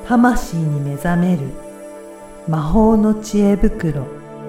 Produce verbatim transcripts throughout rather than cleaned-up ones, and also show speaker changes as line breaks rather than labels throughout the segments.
魂に目覚める魔法の知恵袋。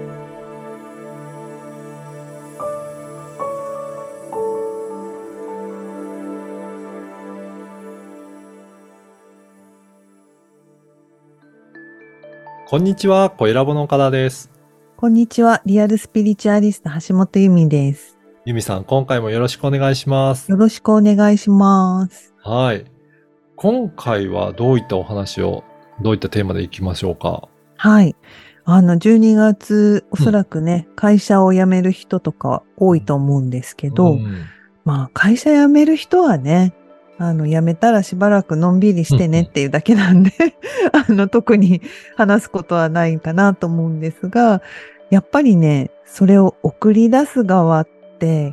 こんにちは、小ラボの岡田です。
こんにちは、リアルスピリチュアリスト橋本由美です。
由美さん、今回もよろしくお願いします。
よろしくお願いします。
はい。今回はどういったお話を、どういったテーマでいきましょうか。
はい。あの、じゅうにがつ、おそらくね、うん、会社を辞める人とか多いと思うんですけど、うん、まあ、会社辞める人はね、あの、辞めたらしばらくのんびりしてねっていうだけなんで、あの、特に話すことはないかなと思うんですが、やっぱりね、それを送り出す側って、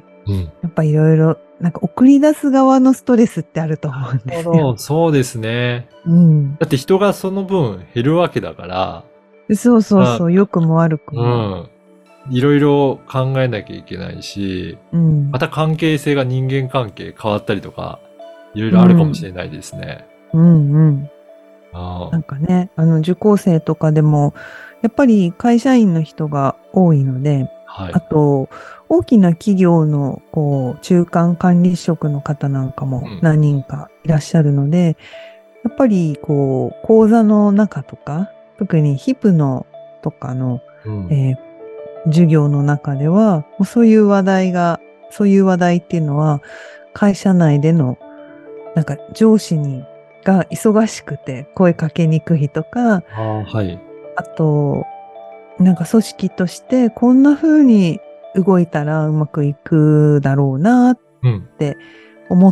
うん、やっぱいろいろ、なんか送り出す側のストレスってあると思うんですよ。
そうですね。
うん。
だって人がその分減るわけだから。
そうそうそう、良くも悪くも。
うん。いろいろ考えなきゃいけないし、うん、また関係性が人間関係変わったりとか、いろいろあるかもしれないですね。
うん、うんうんあなんかね、あの受講生とかでも、やっぱり会社員の人が多いので、はい、あと、大きな企業のこう中間管理職の方なんかも何人かいらっしゃるので、うん、やっぱりこう講座の中とか、特にヒプノとかの、うんえー、授業の中では、もうそういう話題が、そういう話題っていうのは、会社内でのなんか上司にが忙しくて声かけにくいとか、
あ、はい、
あと、なんか組織としてこんな風に動いたらうまくいくだろうなって思って、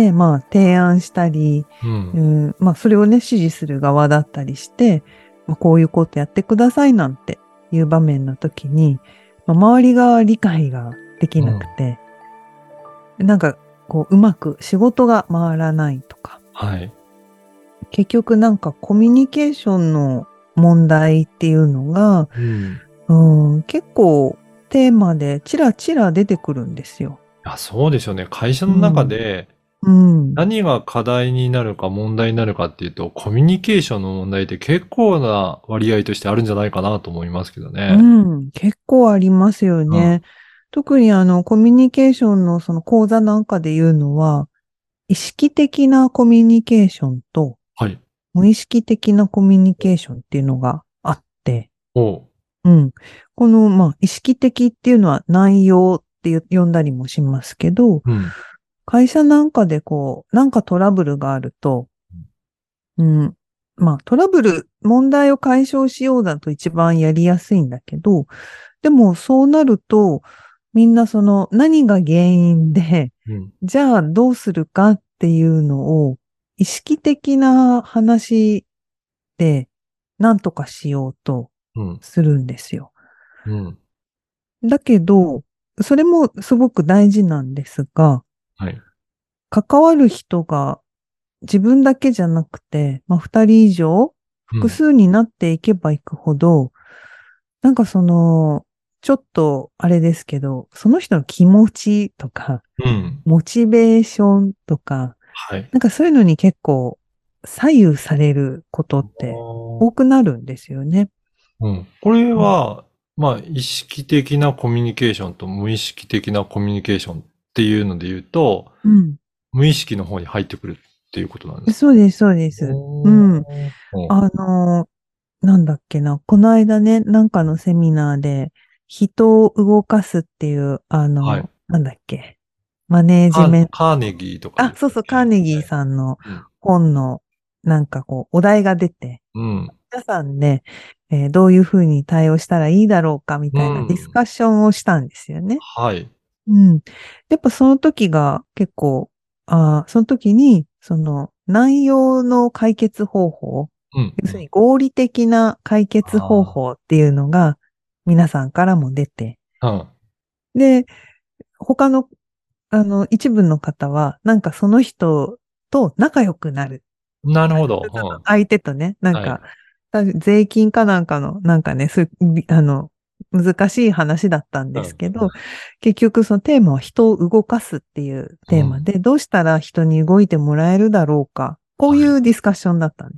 うん、まあ提案したり、うんうん、まあそれをね指示する側だったりして、まあ、こういうことやってくださいなんていう場面の時に、まあ、周りが理解ができなくて、うん、なんかこううまく仕事が回らないとか、
はい、
結局なんかコミュニケーションの問題っていうのが、うん、うん結構テーマでチラチラ出てくるんですよ。
あ、そうですよね。会社の中で何が課題になるか問題になるかっていうと、コミュニケーションの問題って結構な割合としてあるんじゃないかなと思いますけどね。
うん、結構ありますよね。うん、特にあのコミュニケーションのその講座なんかで言うのは、意識的なコミュニケーションと、はい、無意識的なコミュニケーションっていうのがあって、おうん、この、まあ、意識的っていうのは内容って呼んだりもしますけど、うん、会社なんかでこう、なんかトラブルがあると、うん、まあ、トラブル、問題を解消しようだと一番やりやすいんだけど、でもそうなると、みんなその何が原因で、うん、じゃあどうするかっていうのを意識的な話で何とかしようとするんですよ。うんうん、だけど、それもすごく大事なんですが、はい、関わる人が自分だけじゃなくて、まあ、二人以上複数になっていけばいくほど、うん、なんかその、ちょっとあれですけど、その人の気持ちとか、うん、モチベーションとか、はい、なんかそういうのに結構左右されることって多くなるんですよね。
うん、これは、うん、まあ意識的なコミュニケーションと無意識的なコミュニケーションっていうので言うと、うん、無意識の方に入ってくるっていうことなんですか？
そうです、そうです。うん。あの、なんだっけな、この間ね、なんかのセミナーで、人を動かすっていう、あの、はい、なんだっけ、マネージメント。
カーネギーとか、
ね。あ、そうそう、カーネギーさんの本の、なんかこう、お題が出て、うん、皆さんね、えー、どういうふうに対応したらいいだろうか、みたいなディスカッションをしたんですよね。
うん、はい。
うん。やっぱその時が結構、あその時に、その内容の解決方法、うん、要するに合理的な解決方法っていうのが皆さんからも出て、うん、で、他の、あの、一部の方は、なんかその人と仲良くなる。
なるほど。
うん、相手とね、なんか、はい、税金かなんかの、なんかね、そういう、あの、難しい話だったんですけど、うん、結局そのテーマは人を動かすっていうテーマで、うん、どうしたら人に動いてもらえるだろうか、こういうディスカッションだったんです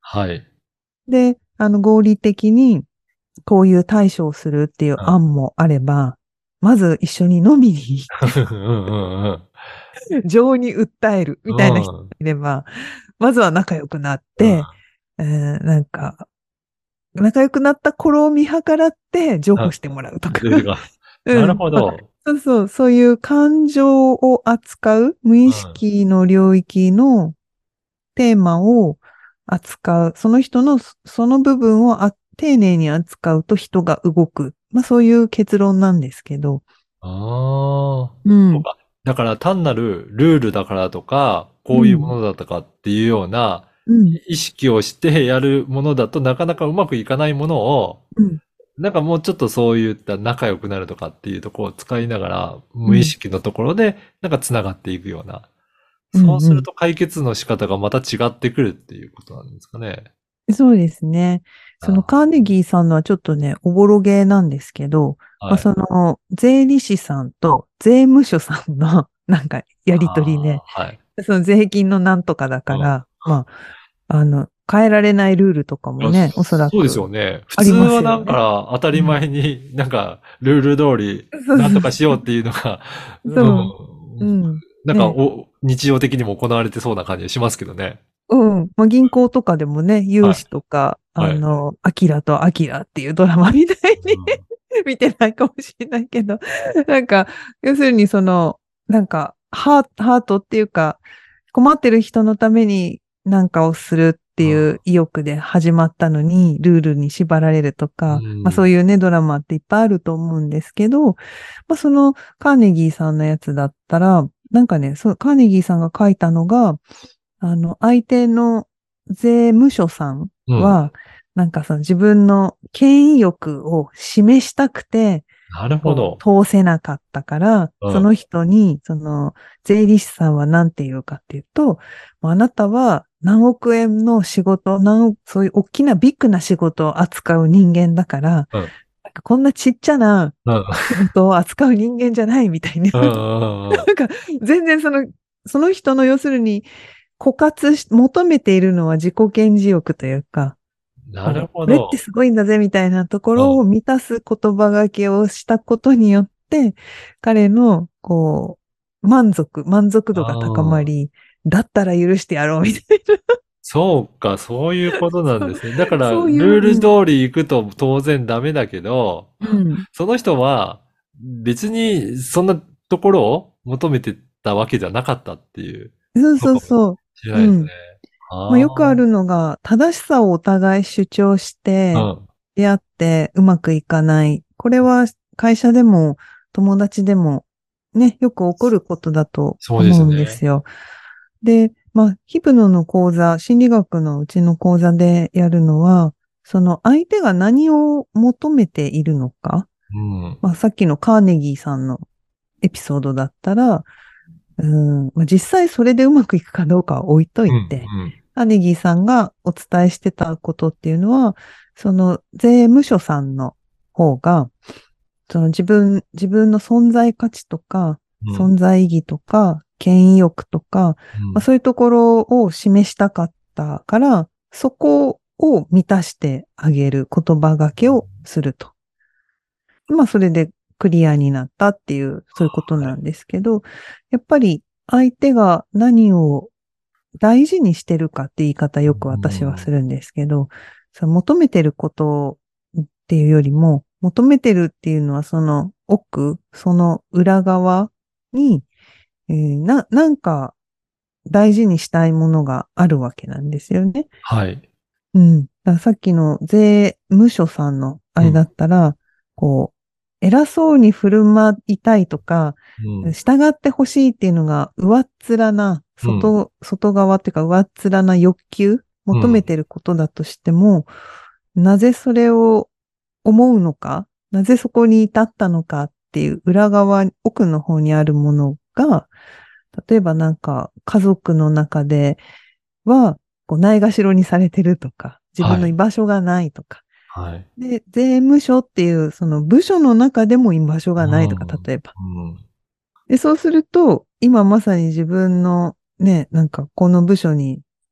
はい。
で、あの、合理的にこういう対処をするっていう
うん。
案もあれば、まず一緒に飲みに行って
うんうんうん。
情に訴えるみたいな人が
うん。
いれば、まずは仲良くなっ
うん。
て、えーなんか、仲良くなった頃を見計らって譲歩してもらうとか。
出てか。なる
うん。まあ
ほど。
そうそう、そういう感情を扱う無意
うん。
識の領域のテーマを扱う、その人のその部分をあ丁寧に扱うと人が動く。まあそういう結論なんですけど。
ああ。
うん。
そうか。だから単なるルールだからとか、こういうも
うん。
のだとかっていうような
うん。
意識をしてやるものだとなかなかうまくいかないものを、
うん。
なんかもうちょっとそういった仲良くなるとかっていうところを使いながら、
うん。
無意識のところでなんか繋がっていくような。
うん。うん。
そうすると解決の仕方がまた違ってくるっていうことなんですかね。
そうですね。そのカーネギーさんのはちょっとね、おぼろげなんですけど、まあ、
はい。
その税理士さんと税務署さんのなんかやりとりで、
ああ、はい。
その税金のなんとかだ
うん。
から、まあ、あの、変えられないルールとか
いや、
もね、おそら
そうですよ
く
ね。普
ありま
通はなん
すよね。
か当たり
うん。
前になんかルール通り
そう
なんとかしよう
そう
っていうのが、
そ
うん、
う。うん。
なんか
ね。
お日常的にも行われてそうな感じがしますけどね。
うん。まあ、銀行とかでもね、融
はい。
資とか、あ
はい。
の、アキラとアキラっていうドラマみたいに
うん。
見てないかもしれないけど、なんか、要するにその、なんか、ハー、ハートっていうか、困ってる人のために何かをするっていう意欲で始まったのに、ルールに縛られると
う
か、まあそう
ん。
いうね、ドラマっていっぱいあると思うんですけど、まあそのカーネギーさんのやつだったら、なんかね、そう、カーネギーさんが書いたのが、あの、相手の税務署さん
うん。
は、なんかその自分の権威欲を示したくて、
なるほ
こう、
ど。
通せなかったから、
うん。
その人に、その、税理士さんは何て言うかっていうと、もうあなたは何億円の仕事、何億、そういう大きなビッグな仕事を扱う人間だから、
うん。
なんかこんなちっちゃな
うん。
仕事を扱う人間じゃないみたいな。
うんうんうん。
なんか、全然その、その人の要するに、枯渇し、求めているのは自己顕示欲というか、
なる
こう、
ほど。
これってすごいんだぜみたいなとこ
うん。
ろを満たす言葉がけをしたことによって、彼の、こう、満足、満足度が高
ああ。
まり、だったら許してやろうみたい
そうか、そういうことな
な、そう
んですね。だから、ル
そういう、うん、
ール通り行くと当然ダメだけど、
うん、
その人は別にそんなところを求めてたわけじゃなかったっていう
そう
のかも
そうそう、
しれないですね。
うん。まあ、よくあるのが、正しさをお互い主張し
ああ、
て、
うん。
出会ってうまくいかない。これは会社でも友達でもね、よく起こることだと
そうで
思うんです
すね。
よ。で、まあ、ヒプノの講座、心理学のうちの講座でやるのは、その相手が何を求めているのか。
うん。
まあ、さっきのカーネギーさんのエピソードだったら、うん、まあ、実際それでうまくいくかどうかは置いと
うん、
いて、
うん。
カーネギーさんがお伝えしてたことっていうのは、その税務署さんの方が、その自分、自分の存在価値とか、
うん。
存在意義とか、権威欲とか、まあ、
うん。
そういうところを示したかったから、そこを満たしてあげる言葉がけをすると。まあ、それでクリアになったっていう、そういうこと
はい。
なんですけど、やっぱり相手が何を大事にしてるかって言い方よく
う
私はす
ん。
るんですけど、その求めてることっていうよりも、求めてるっていうのはその奥、その裏側に、えーな、なんか大事にしたいものがあるわけなんですよね。
はい。
うん。だからさっきの税務署さんのあれだ
うん。
ったら、こう、偉そうに振る舞いたいとか、
うん。
従ってほしいっていうのが上っ面な、
うん。
外、外側っていうか上っ面な欲求、求め
うん。
てることだとしても、なぜそれを思うのか、なぜそこに至ったのかっていう裏側、奥の方にあるものが、例えばなんか家族の中では、こうないがしろにされてるとか、自分の居
はい。
場所がないとか。
はい。
で、税務署っていうその部署の中でも居場所が
う
ないとか、
ん。
例えば。
うん。
で、そうすると、今まさに自分のね、なんかこの部署に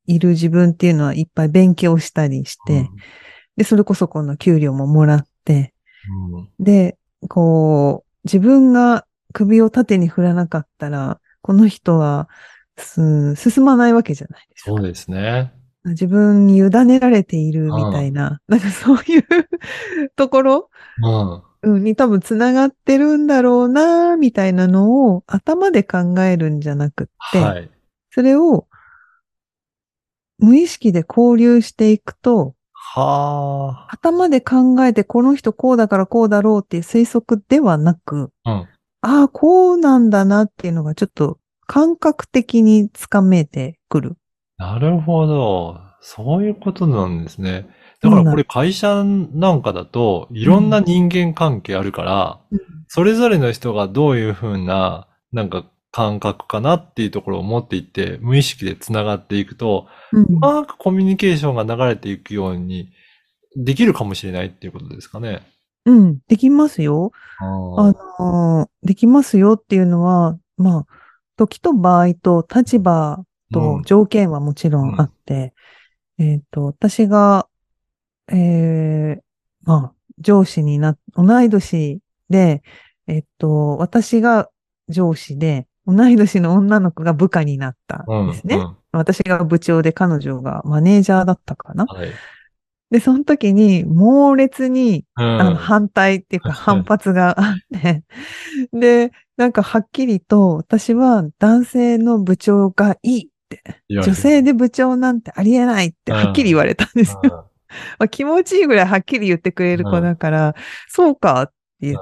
いる自分っていうのはいっぱい勉強したりして、うん、で、それこそこの給料ももらって、うん、で、こう、自分が首を縦に振らなかったら、この人は進まないわけじゃないですか。
そうですね。
自分に委ねられているみたいな、うん、なんかそういうところ、うん、に多分つながってるんだろうな、みたいなのを頭で考えるんじゃなくって、はい、それを無意識で交流していくと、はあ、頭で考えてこの人こうだからこうだろうっていう推測ではなく、うん、ああ、こうなんだなっていうのがちょっと感覚的につかめてくる。
なるほど。そういうことなんですね。だからこれ会社なんかだといろんな人間関係あるから、うん、それぞれの人がどういうふうななんか感覚かなっていうところを持っていって無意識でつながっていくと、うん、うまくコミュニケーションが流れていくようにできるかもしれないっていうことですかね。
うん、できますよ。あの、できますよっていうのは、まあ、時と場合と立場と条件はもちろんあって、うんうん、えっと、私が、えー、まあ、上司にな、同い年で、えっと、私が上司で、同い年の女の子が部下になったんですね。うんうん、私が部長で彼女がマネージャーだったかな。はい、で、その時に猛烈に、うん、あの反対っていうか反発があって、で、なんかはっきりと私は男性の部長がいいって、女性で部長なんてありえないってはっきり言われたんですよ。うんうんまあ、気持ちいいぐらいはっきり言ってくれる子だから、うん、そうかって言って、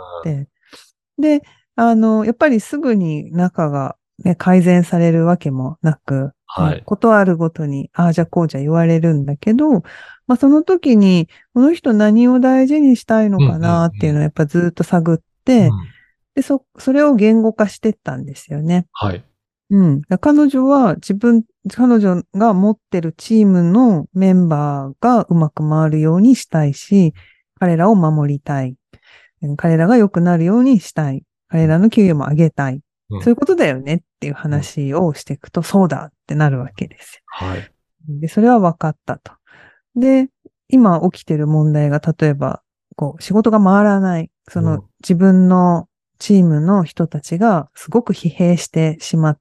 で、あの、やっぱりすぐに仲が、ね、改善されるわけもなく、はい、ことあるごとに、ああじゃこうじゃ言われるんだけど、まあその時に、この人何を大事にしたいのかなっていうのをやっぱずっと探って、うん、で、そ、それを言語化してったんですよね。はい。うん。彼女は自分、彼女が持ってるチームのメンバーがうまく回るようにしたいし、彼らを守りたい。彼らが良くなるようにしたい。彼らの給与も上げたい。うん、そういうことだよねっていう話をしていくと、うん、そうだってなるわけですよ。はい。で、それは分かったと。で、今起きてる問題が、例えば、こう、仕事が回らない。その、自分のチームの人たちがすごく疲弊してしまって、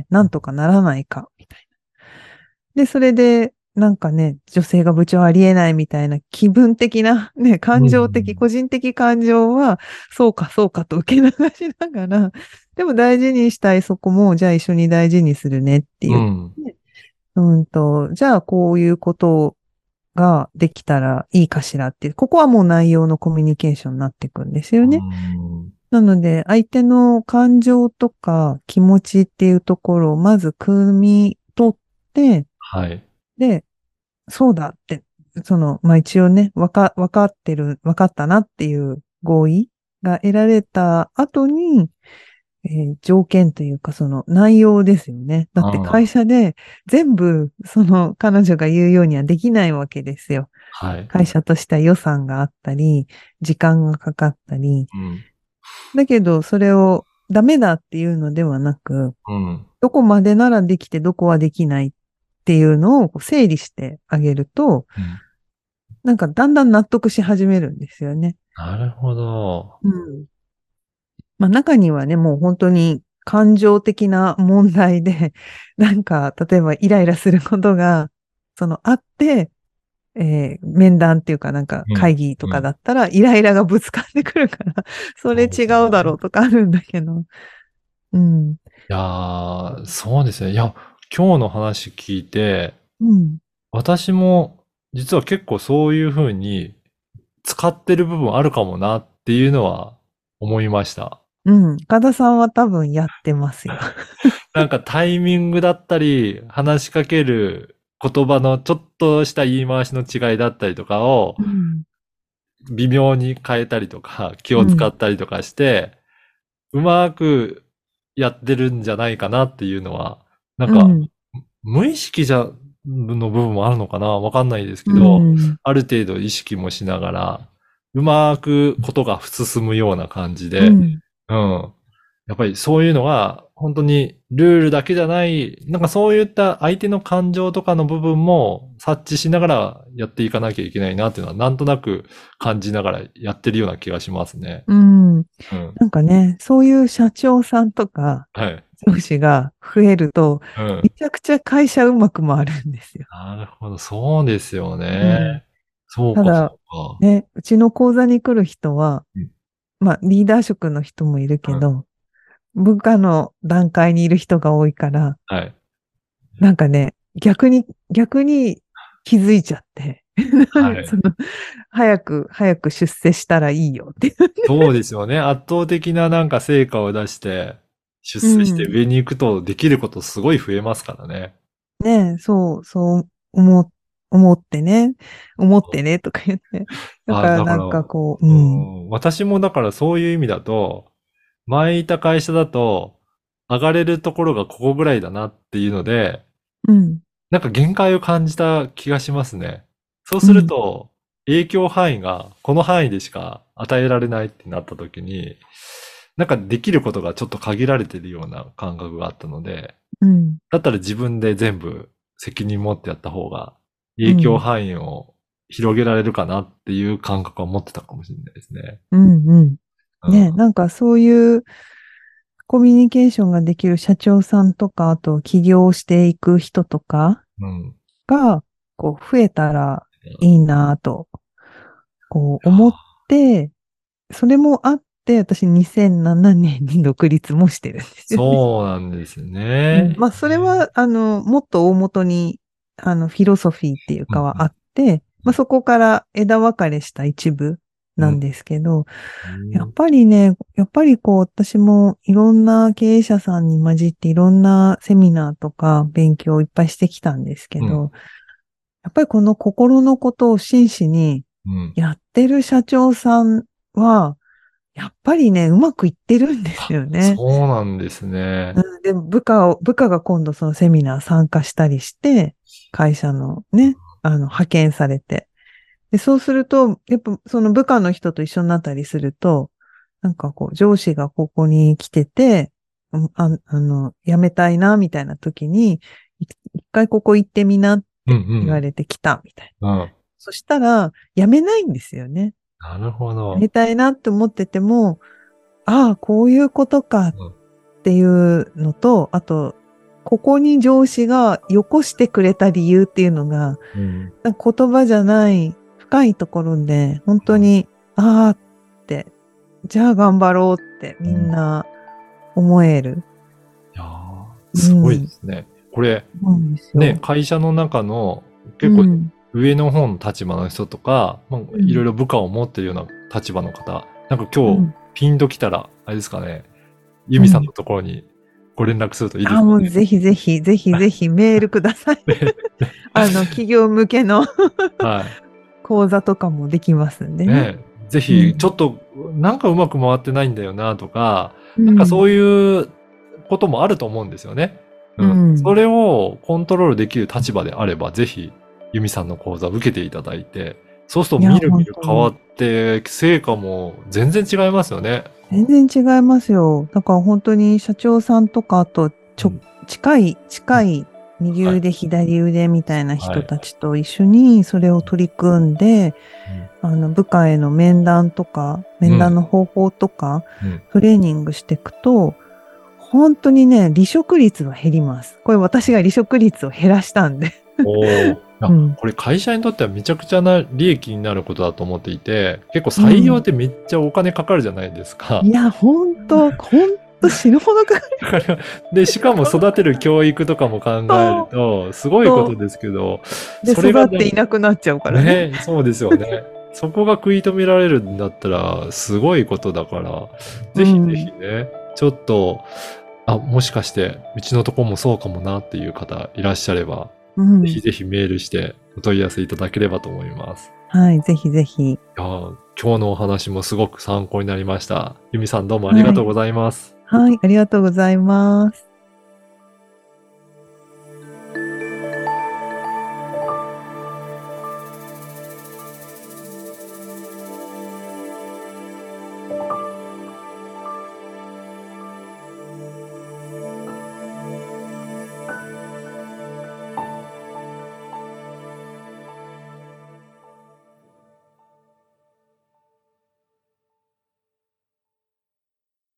なんとかならないか、みたいな。で、それで、なんかね、女性が部長ありえないみたいな気分的な、ね、感情的、うん、個人的感情は、そうかそうかと受け流しながら、でも大事にしたいそこも、じゃあ一緒に大事にするねっていう。うん、うんと、じゃあこういうことができたらいいかしらっていう、ここはもう内容のコミュニケーションになっていくんですよね。うんなので、相手の感情とか気持ちっていうところをまず汲み取って、はい。で、そうだって、その、まあ、一応ね、わか、わかってる、わかったなっていう合意が得られた後に、えー条件というかその内容ですよね。だって会社で全部その彼女が言うようにはできないわけですよ。はい。会社としては予算があったり、時間がかかったり、うんだけど、それをダメだっていうのではなく、うん、どこまでならできてどこはできないっていうのを整理してあげると、うん、なんかだんだん納得し始めるんですよね。
なるほど。
うん。まあ中にはね、もう本当に感情的な問題で、なんか、例えばイライラすることが、そのあって、えー面談っていうかなんか会議とかだったら、イライラがぶつかってくるから、それ違うだろうとかあるんだけど。うん。
いやー、そうですね。いや、今日の話聞いて、うん、私も実は結構そういうふうに使ってる部分あるかもなっていうのは思いました。
うん。岡田さんは多分やってますよ。
なんかタイミングだったり、話しかける言葉のちょっとした言い回しの違いだったりとかを、微妙に変えたりとか、気を使ったりとかして、うん、うまくやってるんじゃないかなっていうのは、なんか、うん、無意識じゃ、の部分もあるのかなわかんないですけど、うん、ある程度意識もしながら、うまくことが進むような感じで、うん、うんやっぱりそういうのが本当にルールだけじゃない、なんかそういった相手の感情とかの部分も察知しながらやっていかなきゃいけないなっていうのはなんとなく感じながらやってるような気がしますね。
うん。
うん。
なんかね、そういう社長さんとか
はい。
上司が増えると、
うん。
めちゃくちゃ会社うまく回るんですよ。
なるほど。そうですよね。
うん。
そうか、そ
ただ、
うか。
ね、うちの講座に来る人は、
うん。
まあ、リーダー職の人もいるけ
うん。
ど、部下の段階にいる人が多いから、
はい。
なんかね、逆に、逆に気づいちゃって、
はい。
その、早く、早く出世したらいいよって。
そうですよね。圧倒的ななんか成果を出して、出世して
うん。
上に行くとできることすごい増えますからね。
ねえ、そう、そう思、思ってね、思ってねとか言って。だ
あ、
から
だから、
なんか
う
こう、うん、
ん、私もだからそういう意味だと、前いた会社だと、上がれるところがここぐらいだなっていうので、
うん、
なんか限界を感じた気がしますね。そうする
うん、
と、影響範囲がこの範囲でしか与えられないってなった時に、なんかできることがちょっと限られてるような感覚があったので、
うん、
だったら自分で全部責任持ってやった方が影響
うん、
範囲を広げられるかなっていう感覚は持ってたかもしれないですね。
うん、うん。
うん。
ねえ、なんかそういうコミュニケーションができる社長さんとか、あと起業していく人とか
うん。
が、こう、増えたら
い
いいなと、こう、思っ
や
て、それもあって、私にせんななねんに独立もしてるんですよね。
そうなんです
うん、
ね。
まあ、それは、あの、もっと大元に、あの、フィロソフィーっていう
うん、
かはあって、まあ、そこから枝分かれした一部
うん、
なんですけど、
う
やっ
ん、
ぱりね、やっぱりこう、私もいろんな経営者さんに混じっていろんなセミナーとか勉強をいっぱいしてきたんですけ
うん、
ど、やっぱりこの心のことを真摯に
うん。
やってる社長さんは、やっぱりね、うまくいってるんです
あ、
よね。
そうなんですね。
うん、で、部下を、部下が今度そのセミナー参加したりして、会社のね、あの、派遣されて。で、そうすると、やっぱその部下の人と一緒になったりすると、なんかこう、上司がここに来てて、うんあ、あの、辞めたいな、みたいな時に、い一回ここ行ってみなっ
うん、
て言われてきた、みたいな。
うん。うん。
そしたら、辞めないんですよね。
なるほ
辞め
ど。
たいなって思ってても、ああ、こういうことかっ
うん、
ていうのと、あと、ここに上司がよこしてくれた理由っていうのが、
うん、
なんか言葉じゃない深いところで、本当に、ああって、じゃあ頑張ろうってみ
うん。
んな思える。
いやー、
う
すごいで
ん。
すね。これ、
そうなんです
ね、
よ。
会社の中の結構
うん。
上の方の立場の人とか、まあ、
うん。
いろいろ部下を持ってるような立場の方、なんか今日
うん。
ピンときたら、あれですかね、ユ
うん。
ミさんのところにご連絡するといいで
ああ、
すか
もうぜひぜひ、ぜひぜひメールください。
ね。
あの、企業向けの
はい。
講座とかもできますんでね。
ね、ぜひ、ちょ
うん。
っと、なんかうまく回ってないんだよなとか、
うん。
なんかそういうこともあると思うんですよね。う
う
ん。そ
ん。
れをコントロールできる立場であれば、ぜひ、ユミさんの講座を受けていただいて、そうすると
いや、
みるみ
本当に。
る変わって、成果も全然違いますよね。
全然違いますよ。だから本当に社長さんとか、あと、ちょ、
うん。
近い、
うん。
近い右
はい。
腕、左腕みたいな
はい。
人たちと一緒にそれを取り組んで、
うん。
あの、部下への面談とか、面談
うん。
の方法とか、
うん。
トレーニングしていくと、本当にね、離職率は減ります。これ私が離職率を減らしたんで。
おお。あ、
うん。
これ会社にとってはめちゃくちゃな利益になることだと思っていて、結構
うん。
採用ってめっちゃお金かかるじゃないですか。
いや、本当本当死ぬほどかか
だからで、しかも育てる教育とかも考える
る
と、すごいこと
と、
ですけど、
で、
それがね、
育っていなくなっちゃうからね。
ね、そうですよね。そこが食い止められるんだったら、すごいことだから、ぜひぜ
うん。
ひね、ちょっと、あ、もしかして、うちのとこもそうかもなっていう方いらっしゃれば、
うん。
ぜひぜひメールしてお問い合わせいただければと思います。
はい、ぜひぜひ。
いやー、今日のお話もすごく参考になりました。ユミさんどうもありが
はい。
とうございます。
はい、ありがとうございます。